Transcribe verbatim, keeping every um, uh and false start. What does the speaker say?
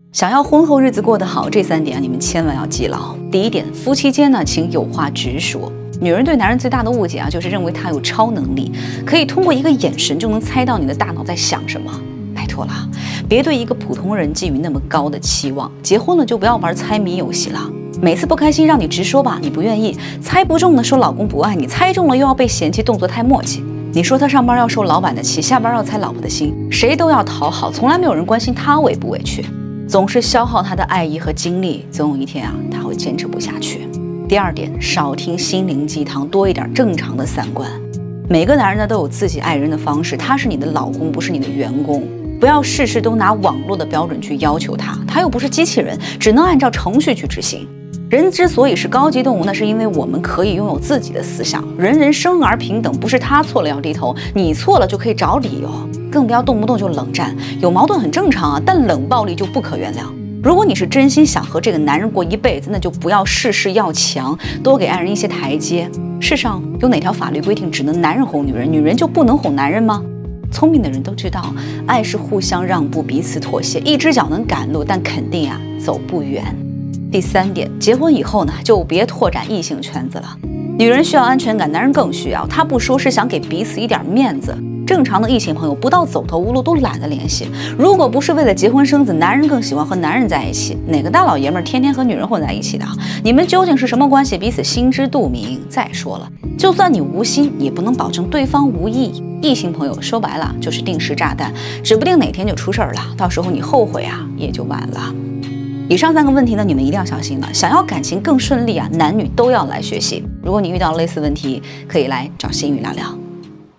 想要婚后日子过得好，这三点啊，你们千万要记牢。第一点，夫妻间呢，请有话直说。女人对男人最大的误解啊，就是认为他有超能力，可以通过一个眼神就能猜到你的大脑在想什么。拜托了，别对一个普通人寄予那么高的期望。结婚了就不要玩猜谜游戏了。每次不开心让你直说吧，你不愿意；猜不中的说老公不爱你，猜中了又要被嫌弃动作太磨叽。你说他上班要受老板的气，下班要猜老婆的心，谁都要讨好，从来没有人关心他委不委屈，总是消耗他的爱意和精力，总有一天啊，他会坚持不下去。第二点，少听心灵鸡汤，多一点正常的三观。每个男人呢都有自己爱人的方式，他是你的老公，不是你的员工。不要事事都拿网络的标准去要求他，他又不是机器人，只能按照程序去执行。人之所以是高级动物，那是因为我们可以拥有自己的思想。人人生而平等，不是他错了要低头，你错了就可以找理由。更不要动不动就冷战，有矛盾很正常啊，但冷暴力就不可原谅。如果你是真心想和这个男人过一辈子，那就不要事事要强，多给爱人一些台阶。世上有哪条法律规定只能男人哄女人，女人就不能哄男人吗？聪明的人都知道，爱是互相让步，彼此妥协，一只脚能赶路，但肯定啊走不远。第三点，结婚以后呢，就别拓展异性圈子了。女人需要安全感，男人更需要。他不说是想给彼此一点面子。正常的异性朋友不到走投无路都懒得联系。如果不是为了结婚生子，男人更喜欢和男人在一起。哪个大老爷们儿天天和女人混在一起的？你们究竟是什么关系？彼此心知肚明。再说了，就算你无心，也不能保证对方无意。异性朋友说白了就是定时炸弹，指不定哪天就出事儿了，到时候你后悔啊也就晚了。以上三个问题呢，你们一定要小心了。想要感情更顺利啊，男女都要来学习。如果你遇到类似问题，可以来找新宇聊聊。